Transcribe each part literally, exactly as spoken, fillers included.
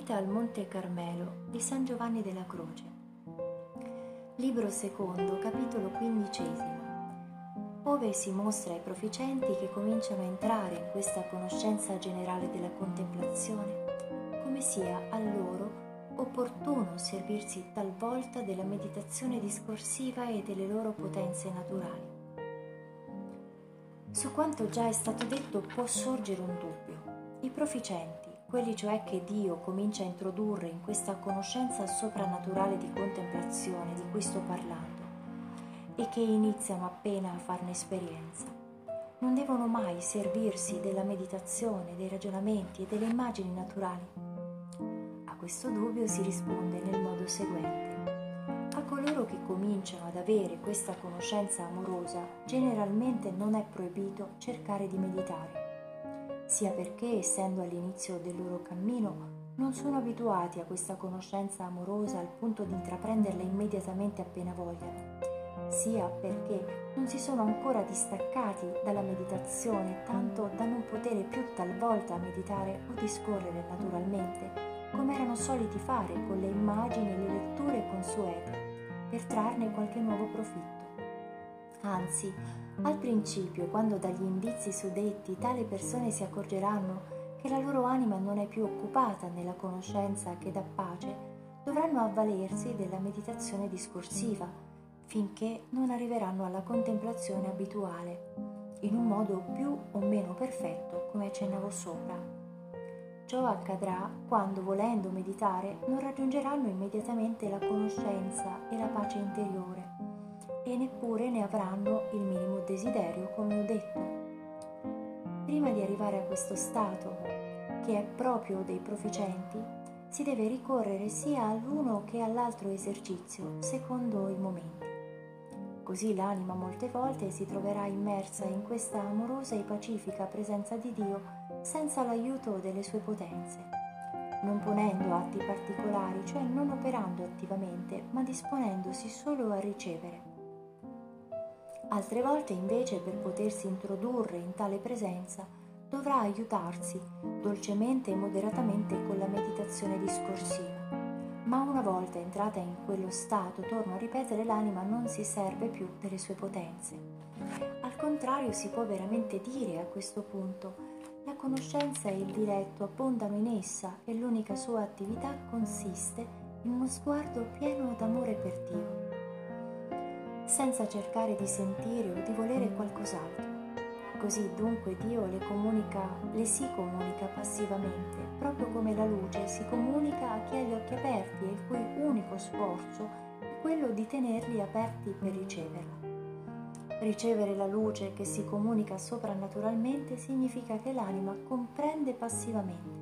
vita al Monte Carmelo di San Giovanni della Croce. Libro secondo, capitolo quindicesimo, ove si mostra ai proficenti che cominciano a entrare in questa conoscenza generale della contemplazione, come sia a loro opportuno servirsi talvolta della meditazione discorsiva e delle loro potenze naturali. Su quanto già è stato detto può sorgere un dubbio. I proficenti, quelli cioè che Dio comincia a introdurre in questa conoscenza soprannaturale di contemplazione di cui sto parlando e che iniziano appena a farne esperienza, non devono mai servirsi della meditazione, dei ragionamenti e delle immagini naturali. A questo dubbio si risponde nel modo seguente. A coloro che cominciano ad avere questa conoscenza amorosa, generalmente non è proibito cercare di meditare, sia perché, essendo all'inizio del loro cammino, non sono abituati a questa conoscenza amorosa al punto di intraprenderla immediatamente appena vogliano, sia perché non si sono ancora distaccati dalla meditazione tanto da non potere più talvolta meditare o discorrere naturalmente, come erano soliti fare con le immagini e le letture consuete, per trarne qualche nuovo profitto. Anzi, al principio, quando dagli indizi suddetti tali persone si accorgeranno che la loro anima non è più occupata nella conoscenza che dà pace, dovranno avvalersi della meditazione discorsiva, finché non arriveranno alla contemplazione abituale, in un modo più o meno perfetto, come accennavo sopra. Ciò accadrà quando, volendo meditare, non raggiungeranno immediatamente la conoscenza e la pace interiore, e neppure ne avranno il minimo desiderio, come ho detto. Prima di arrivare a questo stato, che è proprio dei proficenti, si deve ricorrere sia all'uno che all'altro esercizio, secondo i momenti. Così l'anima molte volte si troverà immersa in questa amorosa e pacifica presenza di Dio senza l'aiuto delle sue potenze, non ponendo atti particolari, cioè non operando attivamente, ma disponendosi solo a ricevere. Altre volte invece, per potersi introdurre in tale presenza, dovrà aiutarsi dolcemente e moderatamente con la meditazione discorsiva. Ma una volta entrata in quello stato, torno a ripetere, l'anima non si serve più delle sue potenze. Al contrario, si può veramente dire a questo punto: la conoscenza e il diletto abbondano in essa e l'unica sua attività consiste in uno sguardo pieno d'amore per Dio, senza cercare di sentire o di volere qualcos'altro. Così dunque Dio le comunica, le si comunica passivamente, proprio come la luce si comunica a chi ha gli occhi aperti e il cui unico sforzo è quello di tenerli aperti per riceverla. Ricevere la luce che si comunica soprannaturalmente significa che l'anima comprende passivamente.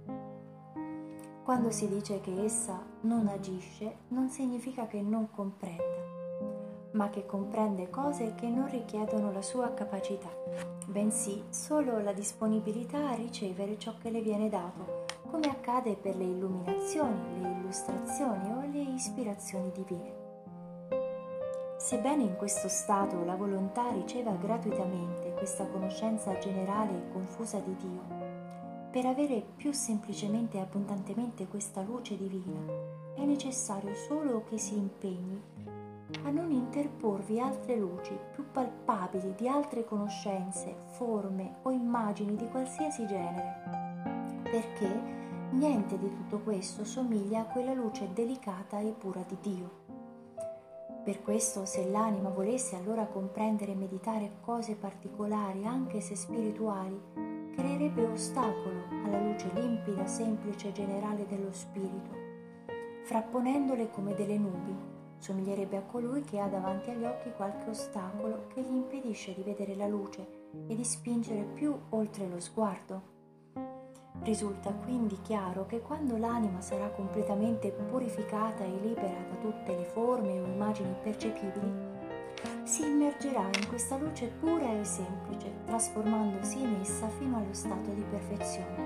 Quando si dice che essa non agisce, non significa che non comprenda, ma che comprende cose che non richiedono la sua capacità, bensì solo la disponibilità a ricevere ciò che le viene dato, come accade per le illuminazioni, le illustrazioni o le ispirazioni divine. Sebbene in questo stato la volontà riceva gratuitamente questa conoscenza generale e confusa di Dio, per avere più semplicemente e abbondantemente questa luce divina è necessario solo che si impegni a non interporvi altre luci più palpabili di altre conoscenze, forme o immagini di qualsiasi genere, perché niente di tutto questo somiglia a quella luce delicata e pura di Dio. Per questo, se l'anima volesse allora comprendere e meditare cose particolari, anche se spirituali, creerebbe ostacolo alla luce limpida, semplice e generale dello spirito, frapponendole come delle nubi. Somiglierebbe a colui che ha davanti agli occhi qualche ostacolo che gli impedisce di vedere la luce e di spingere più oltre lo sguardo. Risulta quindi chiaro che quando l'anima sarà completamente purificata e libera da tutte le forme o immagini percepibili, si immergerà in questa luce pura e semplice, trasformandosi in essa fino allo stato di perfezione.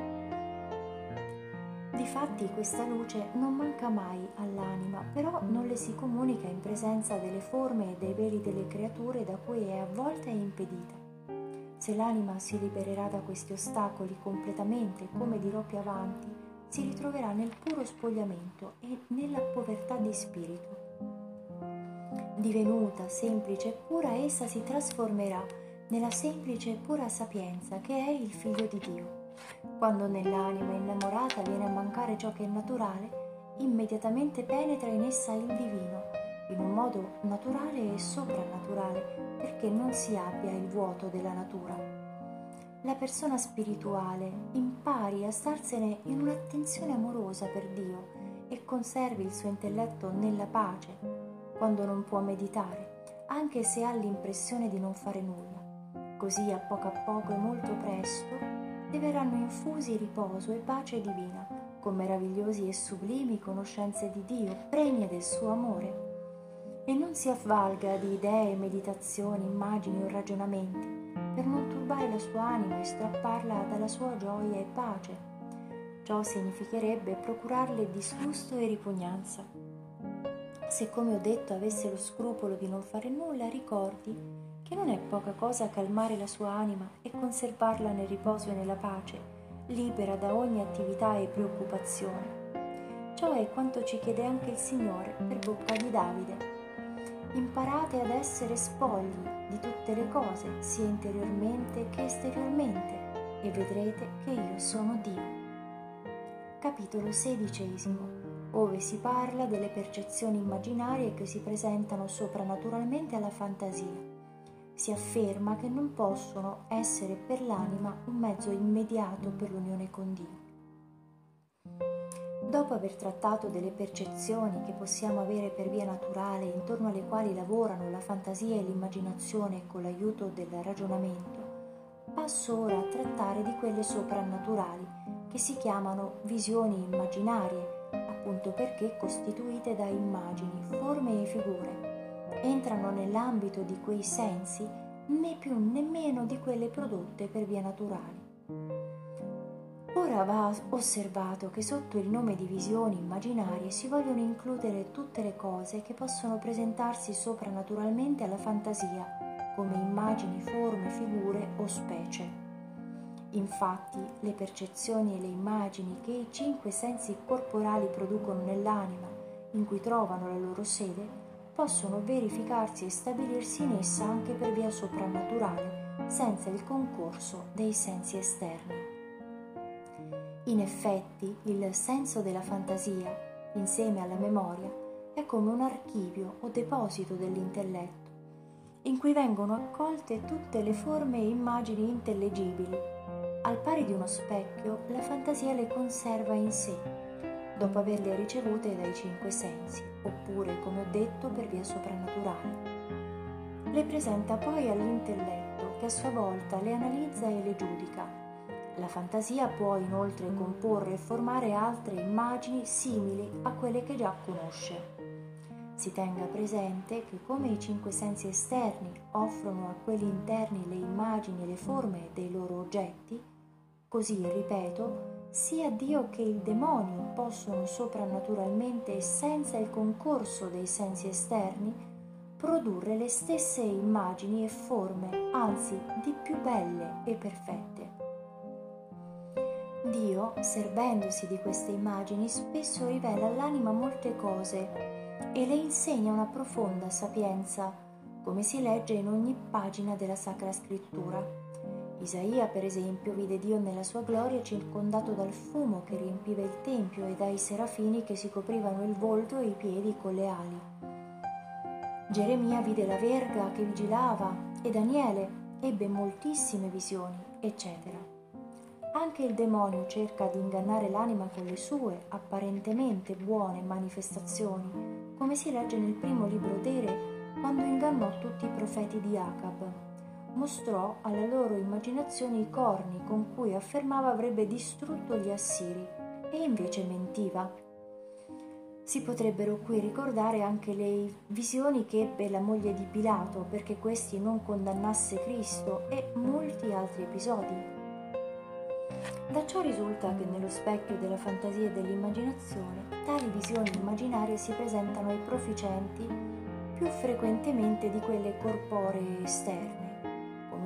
Difatti questa luce non manca mai all'anima, però non le si comunica in presenza delle forme e dei veli delle creature da cui è avvolta e impedita. Se l'anima si libererà da questi ostacoli completamente, come dirò più avanti, si ritroverà nel puro spogliamento e nella povertà di spirito. Divenuta semplice e pura, essa si trasformerà nella semplice e pura sapienza che è il Figlio di Dio. Quando nell'anima innamorata viene a mancare ciò che è naturale, immediatamente penetra in essa il divino, in un modo naturale e soprannaturale, perché non si abbia il vuoto della natura. La persona spirituale impari a starsene in un'attenzione amorosa per Dio e conservi il suo intelletto nella pace quando non può meditare, anche se ha l'impressione di non fare nulla. Così a poco a poco e molto presto le verranno infusi riposo e pace divina, con meravigliosi e sublimi conoscenze di Dio, pregne del suo amore. E non si avvalga di idee, meditazioni, immagini o ragionamenti, per non turbare la sua anima e strapparla dalla sua gioia e pace. Ciò significherebbe procurarle disgusto e ripugnanza. Se, come ho detto, avesse lo scrupolo di non fare nulla, ricordi che non è poca cosa calmare la sua anima e conservarla nel riposo e nella pace, libera da ogni attività e preoccupazione. Ciò è quanto ci chiede anche il Signore per bocca di Davide. Imparate ad essere spogli di tutte le cose, sia interiormente che esteriormente, e vedrete che io sono Dio. Capitolo sedicesimo, ove si parla delle percezioni immaginarie che si presentano soprannaturalmente alla fantasia. Si afferma che non possono essere per l'anima un mezzo immediato per l'unione con Dio. Dopo aver trattato delle percezioni che possiamo avere per via naturale, intorno alle quali lavorano la fantasia e l'immaginazione con l'aiuto del ragionamento, passo ora a trattare di quelle soprannaturali, che si chiamano visioni immaginarie, appunto perché costituite da immagini, forme e figure. Entrano nell'ambito di quei sensi né più né meno di quelle prodotte per via naturali. Ora va osservato che sotto il nome di visioni immaginarie si vogliono includere tutte le cose che possono presentarsi soprannaturalmente alla fantasia, come immagini, forme, figure o specie. Infatti, le percezioni e le immagini che i cinque sensi corporali producono nell'anima, in cui trovano la loro sede, possono verificarsi e stabilirsi in essa anche per via soprannaturale, senza il concorso dei sensi esterni. In effetti, il senso della fantasia, insieme alla memoria, è come un archivio o deposito dell'intelletto, in cui vengono accolte tutte le forme e immagini intellegibili. Al pari di uno specchio, la fantasia le conserva in sé, dopo averle ricevute dai cinque sensi, oppure, come ho detto, per via soprannaturale. Le presenta poi all'intelletto, che a sua volta le analizza e le giudica. La fantasia può inoltre comporre e formare altre immagini simili a quelle che già conosce. Si tenga presente che come i cinque sensi esterni offrono a quelli interni le immagini e le forme dei loro oggetti, così, ripeto, sia Dio che il demonio possono soprannaturalmente e senza il concorso dei sensi esterni produrre le stesse immagini e forme, anzi di più belle e perfette. Dio, servendosi di queste immagini, spesso rivela all'anima molte cose e le insegna una profonda sapienza, come si legge in ogni pagina della Sacra Scrittura. Isaia, per esempio, vide Dio nella sua gloria circondato dal fumo che riempiva il tempio e dai serafini che si coprivano il volto e i piedi con le ali. Geremia vide la verga che vigilava e Daniele ebbe moltissime visioni, eccetera. Anche il demonio cerca di ingannare l'anima con le sue apparentemente buone manifestazioni, come si legge nel primo libro d'Ere, quando ingannò tutti i profeti di Acab. Mostrò alla loro immaginazione i corni con cui affermava avrebbe distrutto gli Assiri, e invece mentiva. Si potrebbero qui ricordare anche le visioni che ebbe la moglie di Pilato perché questi non condannasse Cristo e molti altri episodi. Da ciò risulta che nello specchio della fantasia e dell'immaginazione tali visioni immaginarie si presentano ai proficenti più frequentemente di quelle corporee esterne. Come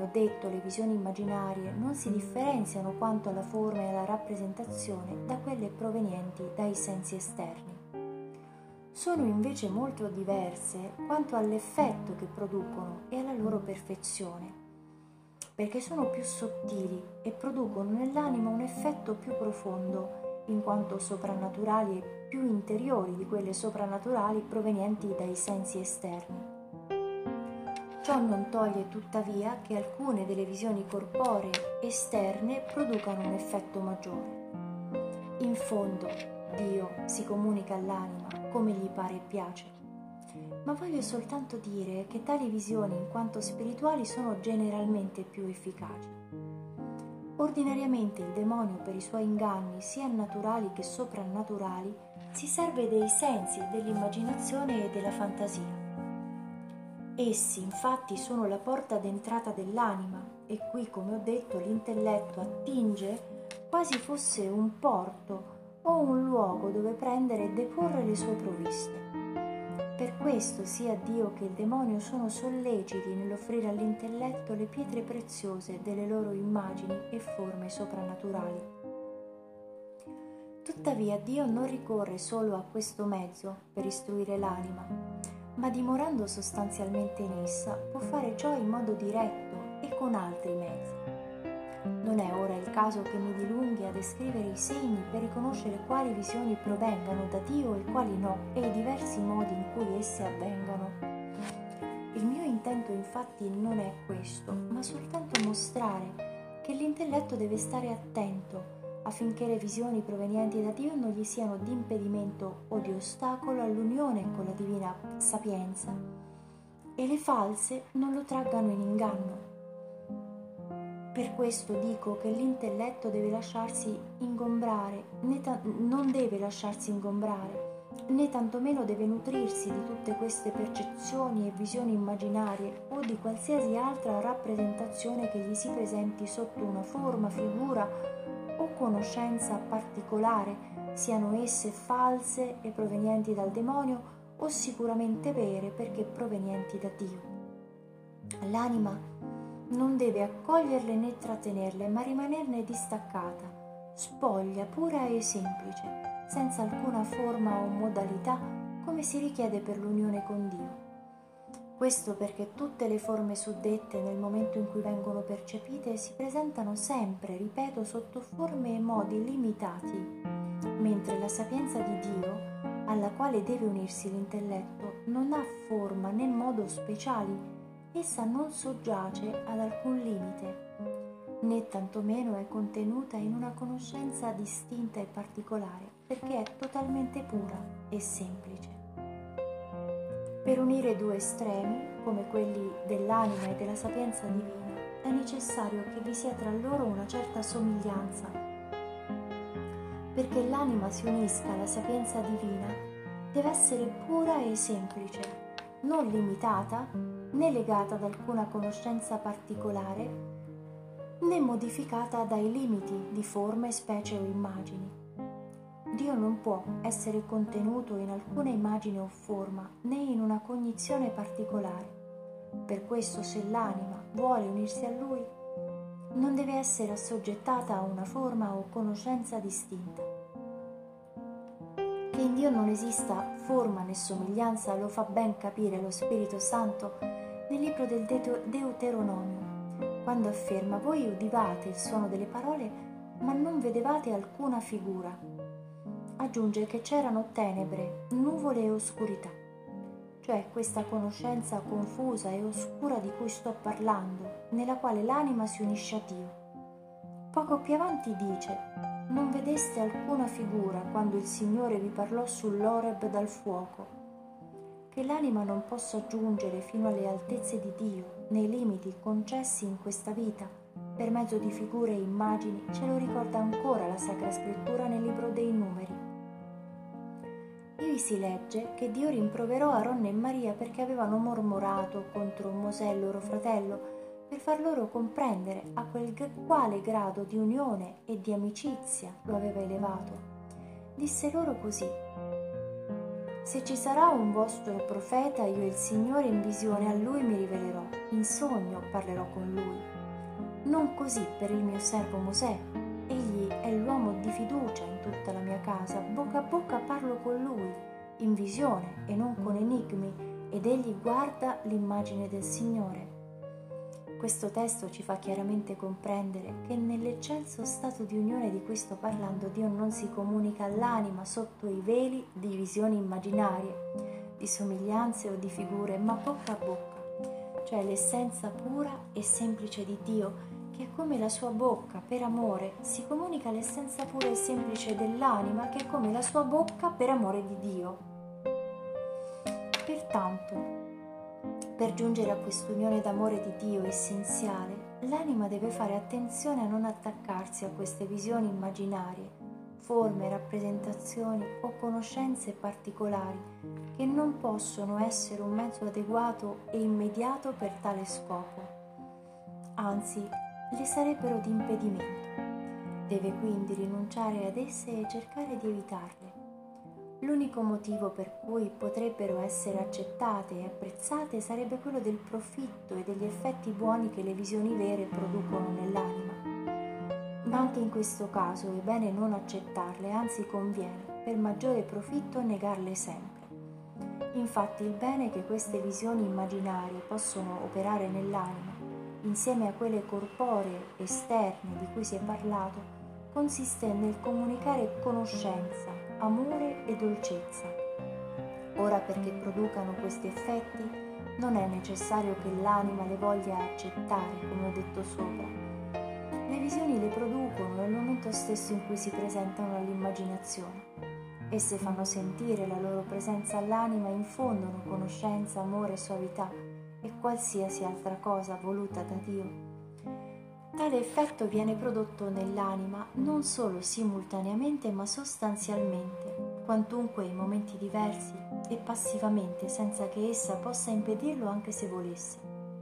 come ho detto, le visioni immaginarie non si differenziano quanto alla forma e alla rappresentazione da quelle provenienti dai sensi esterni. Sono invece molto diverse quanto all'effetto che producono e alla loro perfezione, perché sono più sottili e producono nell'anima un effetto più profondo, in quanto soprannaturali e più interiori di quelle soprannaturali provenienti dai sensi esterni. Ciò non toglie tuttavia che alcune delle visioni corporee esterne producano un effetto maggiore. In fondo, Dio si comunica all'anima come gli pare e piace. Ma voglio soltanto dire che tali visioni in quanto spirituali sono generalmente più efficaci. Ordinariamente il demonio per i suoi inganni, sia naturali che soprannaturali, si serve dei sensi, dell'immaginazione e della fantasia. Essi infatti sono la porta d'entrata dell'anima e qui, come ho detto, l'intelletto attinge quasi fosse un porto o un luogo dove prendere e deporre le sue provviste. Per questo sia Dio che il demonio sono solleciti nell'offrire all'intelletto le pietre preziose delle loro immagini e forme soprannaturali. Tuttavia Dio non ricorre solo a questo mezzo per istruire l'anima, ma dimorando sostanzialmente in essa può fare ciò in modo diretto e con altri mezzi. Non è ora il caso che mi dilunghi a descrivere i segni per riconoscere quali visioni provengano da Dio e quali no, e i diversi modi in cui esse avvengano. Il mio intento infatti non è questo, ma soltanto mostrare che l'intelletto deve stare attento affinché le visioni provenienti da Dio non gli siano di impedimento o di ostacolo all'unione con la divina sapienza e le false non lo traggano in inganno. Per questo dico che l'intelletto deve lasciarsi ingombrare, né ta- non deve lasciarsi ingombrare, né tantomeno deve nutrirsi di tutte queste percezioni e visioni immaginarie o di qualsiasi altra rappresentazione che gli si presenti sotto una forma, figura o conoscenza particolare, siano esse false e provenienti dal demonio o sicuramente vere perché provenienti da Dio. L'anima non deve accoglierle né trattenerle, ma rimanerne distaccata, spoglia, pura e semplice, senza alcuna forma o modalità, come si richiede per l'unione con Dio. Questo perché tutte le forme suddette, nel momento in cui vengono percepite, si presentano sempre, ripeto, sotto forme e modi limitati, mentre la sapienza di Dio, alla quale deve unirsi l'intelletto, non ha forma né modo speciali. Essa non soggiace ad alcun limite, né tantomeno è contenuta in una conoscenza distinta e particolare, perché è totalmente pura e semplice. Per unire due estremi, come quelli dell'anima e della sapienza divina, è necessario che vi sia tra loro una certa somiglianza. Perché l'anima si unisca alla sapienza divina, deve essere pura e semplice, non limitata né legata ad alcuna conoscenza particolare, né modificata dai limiti di forme, specie o immagini. Dio non può essere contenuto in alcuna immagine o forma, né in una cognizione particolare. Per questo, se l'anima vuole unirsi a Lui, non deve essere assoggettata a una forma o conoscenza distinta. Che in Dio non esista forma né somiglianza lo fa ben capire lo Spirito Santo nel libro del Deuteronomio, quando afferma: voi udivate il suono delle parole, ma non vedevate alcuna figura. Aggiunge che c'erano tenebre, nuvole e oscurità, cioè questa conoscenza confusa e oscura di cui sto parlando, nella quale l'anima si unisce a Dio. Poco più avanti dice: non vedeste alcuna figura quando il Signore vi parlò sull'Oreb dal fuoco. Che l'anima non possa giungere fino alle altezze di Dio, nei limiti concessi in questa vita, per mezzo di figure e immagini, ce lo ricorda ancora la Sacra Scrittura nel libro dei Numeri. Ivi si legge che Dio rimproverò Aronne e Maria perché avevano mormorato contro Mosè, loro fratello, per far loro comprendere a quel quale grado di unione e di amicizia lo aveva elevato. Disse loro così: se ci sarà un vostro profeta, io il Signore in visione a lui mi rivelerò, in sogno parlerò con lui. Non così per il mio servo Mosè. Egli è l'uomo di fiducia in tutta la mia casa, bocca a bocca parlo con lui, in visione e non con enigmi, ed egli guarda l'immagine del Signore. Questo testo ci fa chiaramente comprendere che nell'eccelso stato di unione di cui sto parlando, Dio non si comunica all'anima sotto i veli di visioni immaginarie, di somiglianze o di figure, ma bocca a bocca, cioè l'essenza pura e semplice di Dio, che è come la sua bocca, per amore, si comunica l'essenza pura e semplice dell'anima, che è come la sua bocca per amore di Dio. Pertanto, per giungere a quest'unione d'amore di Dio essenziale, l'anima deve fare attenzione a non attaccarsi a queste visioni immaginarie, forme, rappresentazioni o conoscenze particolari che non possono essere un mezzo adeguato e immediato per tale scopo. Anzi, le sarebbero di impedimento. Deve quindi rinunciare ad esse e cercare di evitarle. L'unico motivo per cui potrebbero essere accettate e apprezzate sarebbe quello del profitto e degli effetti buoni che le visioni vere producono nell'anima. Ma anche in questo caso è bene non accettarle, anzi conviene, per maggiore profitto, negarle sempre. Infatti il bene che queste visioni immaginarie possono operare nell'anima, insieme a quelle corporee esterne di cui si è parlato, consiste nel comunicare conoscenza, amore e dolcezza. Ora, perché producano questi effetti, non è necessario che l'anima le voglia accettare, come ho detto sopra. Le visioni le producono nel momento stesso in cui si presentano all'immaginazione. Esse fanno sentire la loro presenza all'anima e infondono conoscenza, amore, suavità e qualsiasi altra cosa voluta da Dio. Tale effetto viene prodotto nell'anima non solo simultaneamente ma sostanzialmente, quantunque in momenti diversi e passivamente, senza che essa possa impedirlo anche se volesse.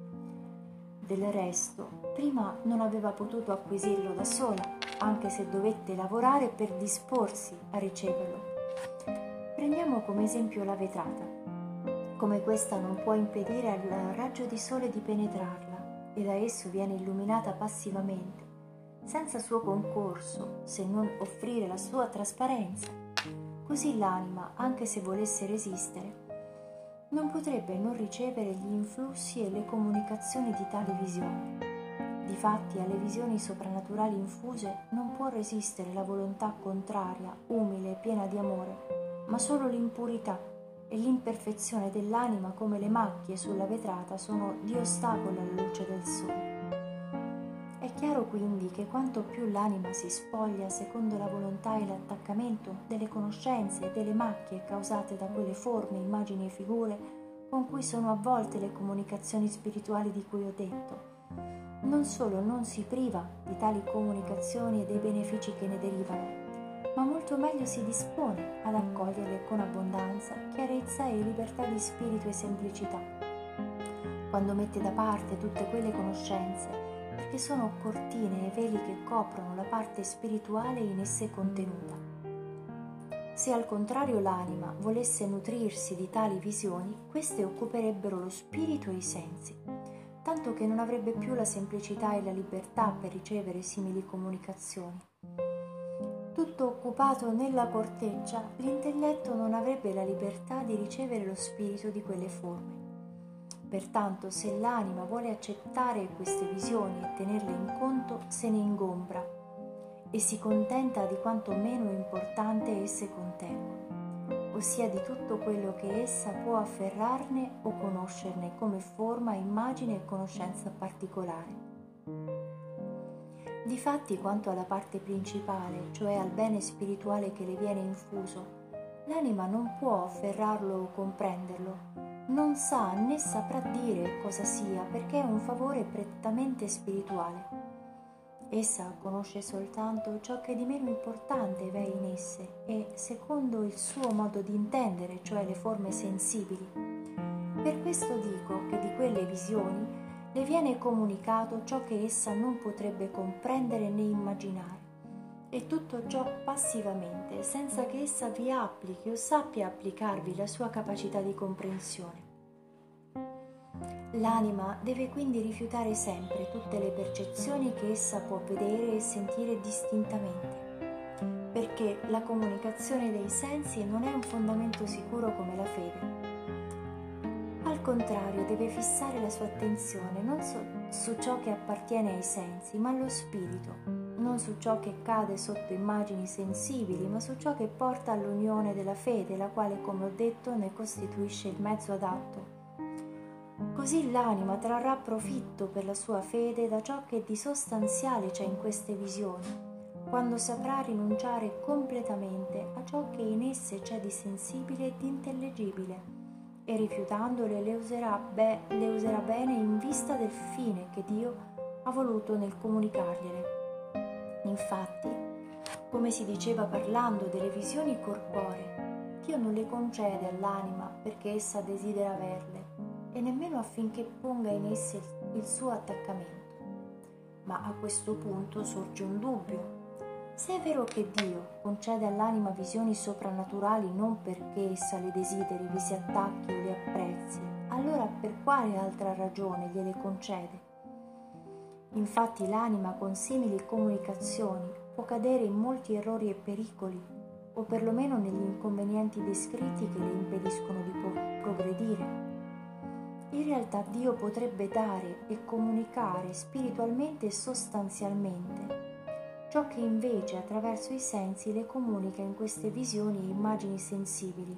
Del resto, prima non aveva potuto acquisirlo da sola, anche se dovette lavorare per disporsi a riceverlo. Prendiamo come esempio la vetrata. Come questa non può impedire al raggio di sole di penetrarla, e da esso viene illuminata passivamente, senza suo concorso, se non offrire la sua trasparenza. Così l'anima, anche se volesse resistere, non potrebbe non ricevere gli influssi e le comunicazioni di tali visioni. Difatti, alle visioni soprannaturali infuse non può resistere la volontà contraria, umile e piena di amore, ma solo l'impurità e l'imperfezione dell'anima, come le macchie sulla vetrata, sono di ostacolo alla luce del sole. È chiaro quindi che quanto più l'anima si spoglia secondo la volontà e l'attaccamento delle conoscenze e delle macchie causate da quelle forme, immagini e figure con cui sono avvolte le comunicazioni spirituali di cui ho detto, non solo non si priva di tali comunicazioni e dei benefici che ne derivano, ma molto meglio si dispone ad accoglierle con abbondanza, chiarezza e libertà di spirito e semplicità, quando mette da parte tutte quelle conoscenze, perché sono cortine e veli che coprono la parte spirituale in esse contenuta. Se al contrario l'anima volesse nutrirsi di tali visioni, queste occuperebbero lo spirito e i sensi, tanto che non avrebbe più la semplicità e la libertà per ricevere simili comunicazioni. Tutto occupato nella corteccia, l'intelletto non avrebbe la libertà di ricevere lo spirito di quelle forme. Pertanto, se l'anima vuole accettare queste visioni e tenerle in conto, se ne ingombra e si contenta di quanto meno importante esse contengono, ossia di tutto quello che essa può afferrarne o conoscerne come forma, immagine e conoscenza particolare. Difatti, quanto alla parte principale, cioè al bene spirituale che le viene infuso, l'anima non può afferrarlo o comprenderlo, non sa né saprà dire cosa sia, perché è un favore prettamente spirituale. Essa conosce soltanto ciò che di meno importante v'è in esse e secondo il suo modo di intendere, cioè le forme sensibili. Per questo dico che di quelle visioni le viene comunicato ciò che essa non potrebbe comprendere né immaginare, e tutto ciò passivamente, senza che essa vi applichi o sappia applicarvi la sua capacità di comprensione. L'anima deve quindi rifiutare sempre tutte le percezioni che essa può vedere e sentire distintamente, perché la comunicazione dei sensi non è un fondamento sicuro come la fede. Al contrario, deve fissare la sua attenzione non su, su ciò che appartiene ai sensi, ma allo spirito, non su ciò che cade sotto immagini sensibili, ma su ciò che porta all'unione della fede, la quale, come ho detto, ne costituisce il mezzo adatto. Così l'anima trarrà profitto per la sua fede da ciò che di sostanziale c'è in queste visioni, quando saprà rinunciare completamente a ciò che in esse c'è di sensibile e di intellegibile, e rifiutandole le userà, be- le userà bene in vista del fine che Dio ha voluto nel comunicargliele. Infatti, come si diceva parlando delle visioni corporee, Dio non le concede all'anima perché essa desidera averle, e nemmeno affinché ponga in esse il suo attaccamento. Ma a questo punto sorge un dubbio. Se è vero che Dio concede all'anima visioni soprannaturali non perché essa le desideri, vi si attacchi o le apprezzi, allora per quale altra ragione gliele concede? Infatti l'anima con simili comunicazioni può cadere in molti errori e pericoli, o perlomeno negli inconvenienti descritti che le impediscono di progredire. In realtà Dio potrebbe dare e comunicare spiritualmente e sostanzialmente ciò che invece attraverso i sensi le comunica in queste visioni e immagini sensibili.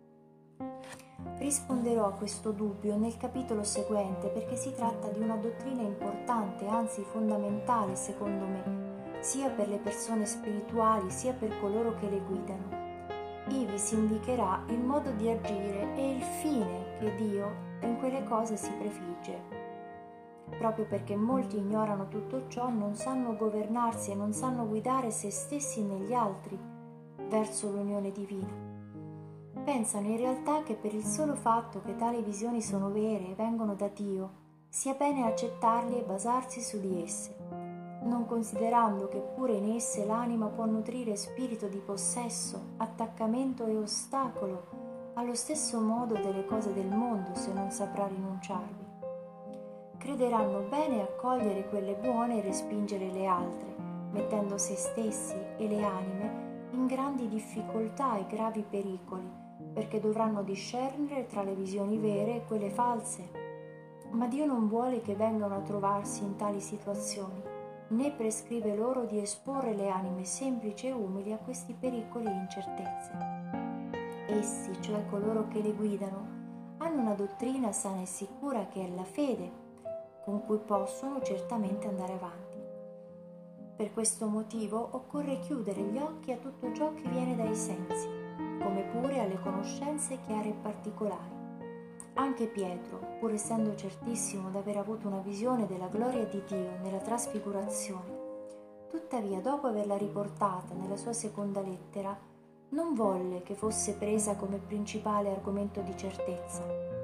Risponderò a questo dubbio nel capitolo seguente, perché si tratta di una dottrina importante, anzi fondamentale secondo me, sia per le persone spirituali sia per coloro che le guidano. Ivi si indicherà il modo di agire e il fine che Dio in quelle cose si prefigge. Proprio perché molti ignorano tutto ciò, non sanno governarsi e non sanno guidare se stessi negli altri verso l'unione divina. Pensano in realtà che per il solo fatto che tali visioni sono vere e vengono da Dio, sia bene accettarli e basarsi su di esse, non considerando che pure in esse l'anima può nutrire spirito di possesso, attaccamento e ostacolo, allo stesso modo delle cose del mondo, se non saprà rinunciarvi. Crederanno bene accogliere quelle buone e respingere le altre, mettendo se stessi e le anime in grandi difficoltà e gravi pericoli, perché dovranno discernere tra le visioni vere e quelle false. Ma Dio non vuole che vengano a trovarsi in tali situazioni, né prescrive loro di esporre le anime semplici e umili a questi pericoli e incertezze. Essi, cioè coloro che le guidano, hanno una dottrina sana e sicura che è la fede, con cui possono certamente andare avanti. Per questo motivo occorre chiudere gli occhi a tutto ciò che viene dai sensi, come pure alle conoscenze chiare e particolari. Anche Pietro, pur essendo certissimo d'aver avuto una visione della gloria di Dio nella trasfigurazione, tuttavia dopo averla riportata nella sua seconda lettera, non volle che fosse presa come principale argomento di certezza.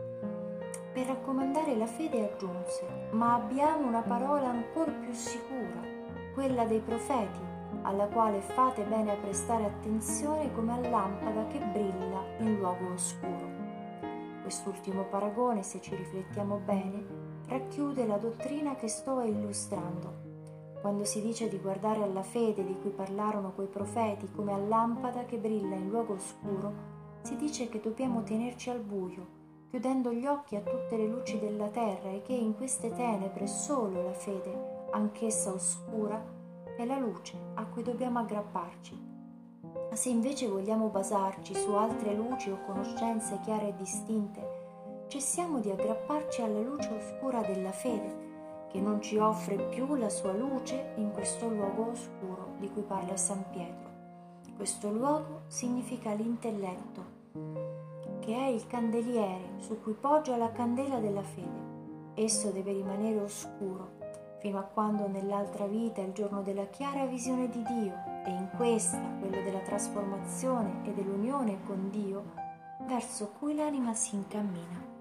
Per raccomandare la fede aggiunse: ma abbiamo una parola ancor più sicura, quella dei profeti, alla quale fate bene a prestare attenzione come a lampada che brilla in luogo oscuro. Quest'ultimo paragone, se ci riflettiamo bene, racchiude la dottrina che sto illustrando. Quando si dice di guardare alla fede di cui parlarono quei profeti come a lampada che brilla in luogo oscuro, si dice che dobbiamo tenerci al buio, chiudendo gli occhi a tutte le luci della terra, e che in queste tenebre solo la fede, anch'essa oscura, è la luce a cui dobbiamo aggrapparci. Se invece vogliamo basarci su altre luci o conoscenze chiare e distinte, cessiamo di aggrapparci alla luce oscura della fede, che non ci offre più la sua luce in questo luogo oscuro di cui parla San Pietro. Questo luogo significa l'intelletto, che è il candeliere su cui poggia la candela della fede. Esso deve rimanere oscuro fino a quando nell'altra vita è il giorno della chiara visione di Dio, e in questa, quello della trasformazione e dell'unione con Dio, verso cui l'anima si incammina.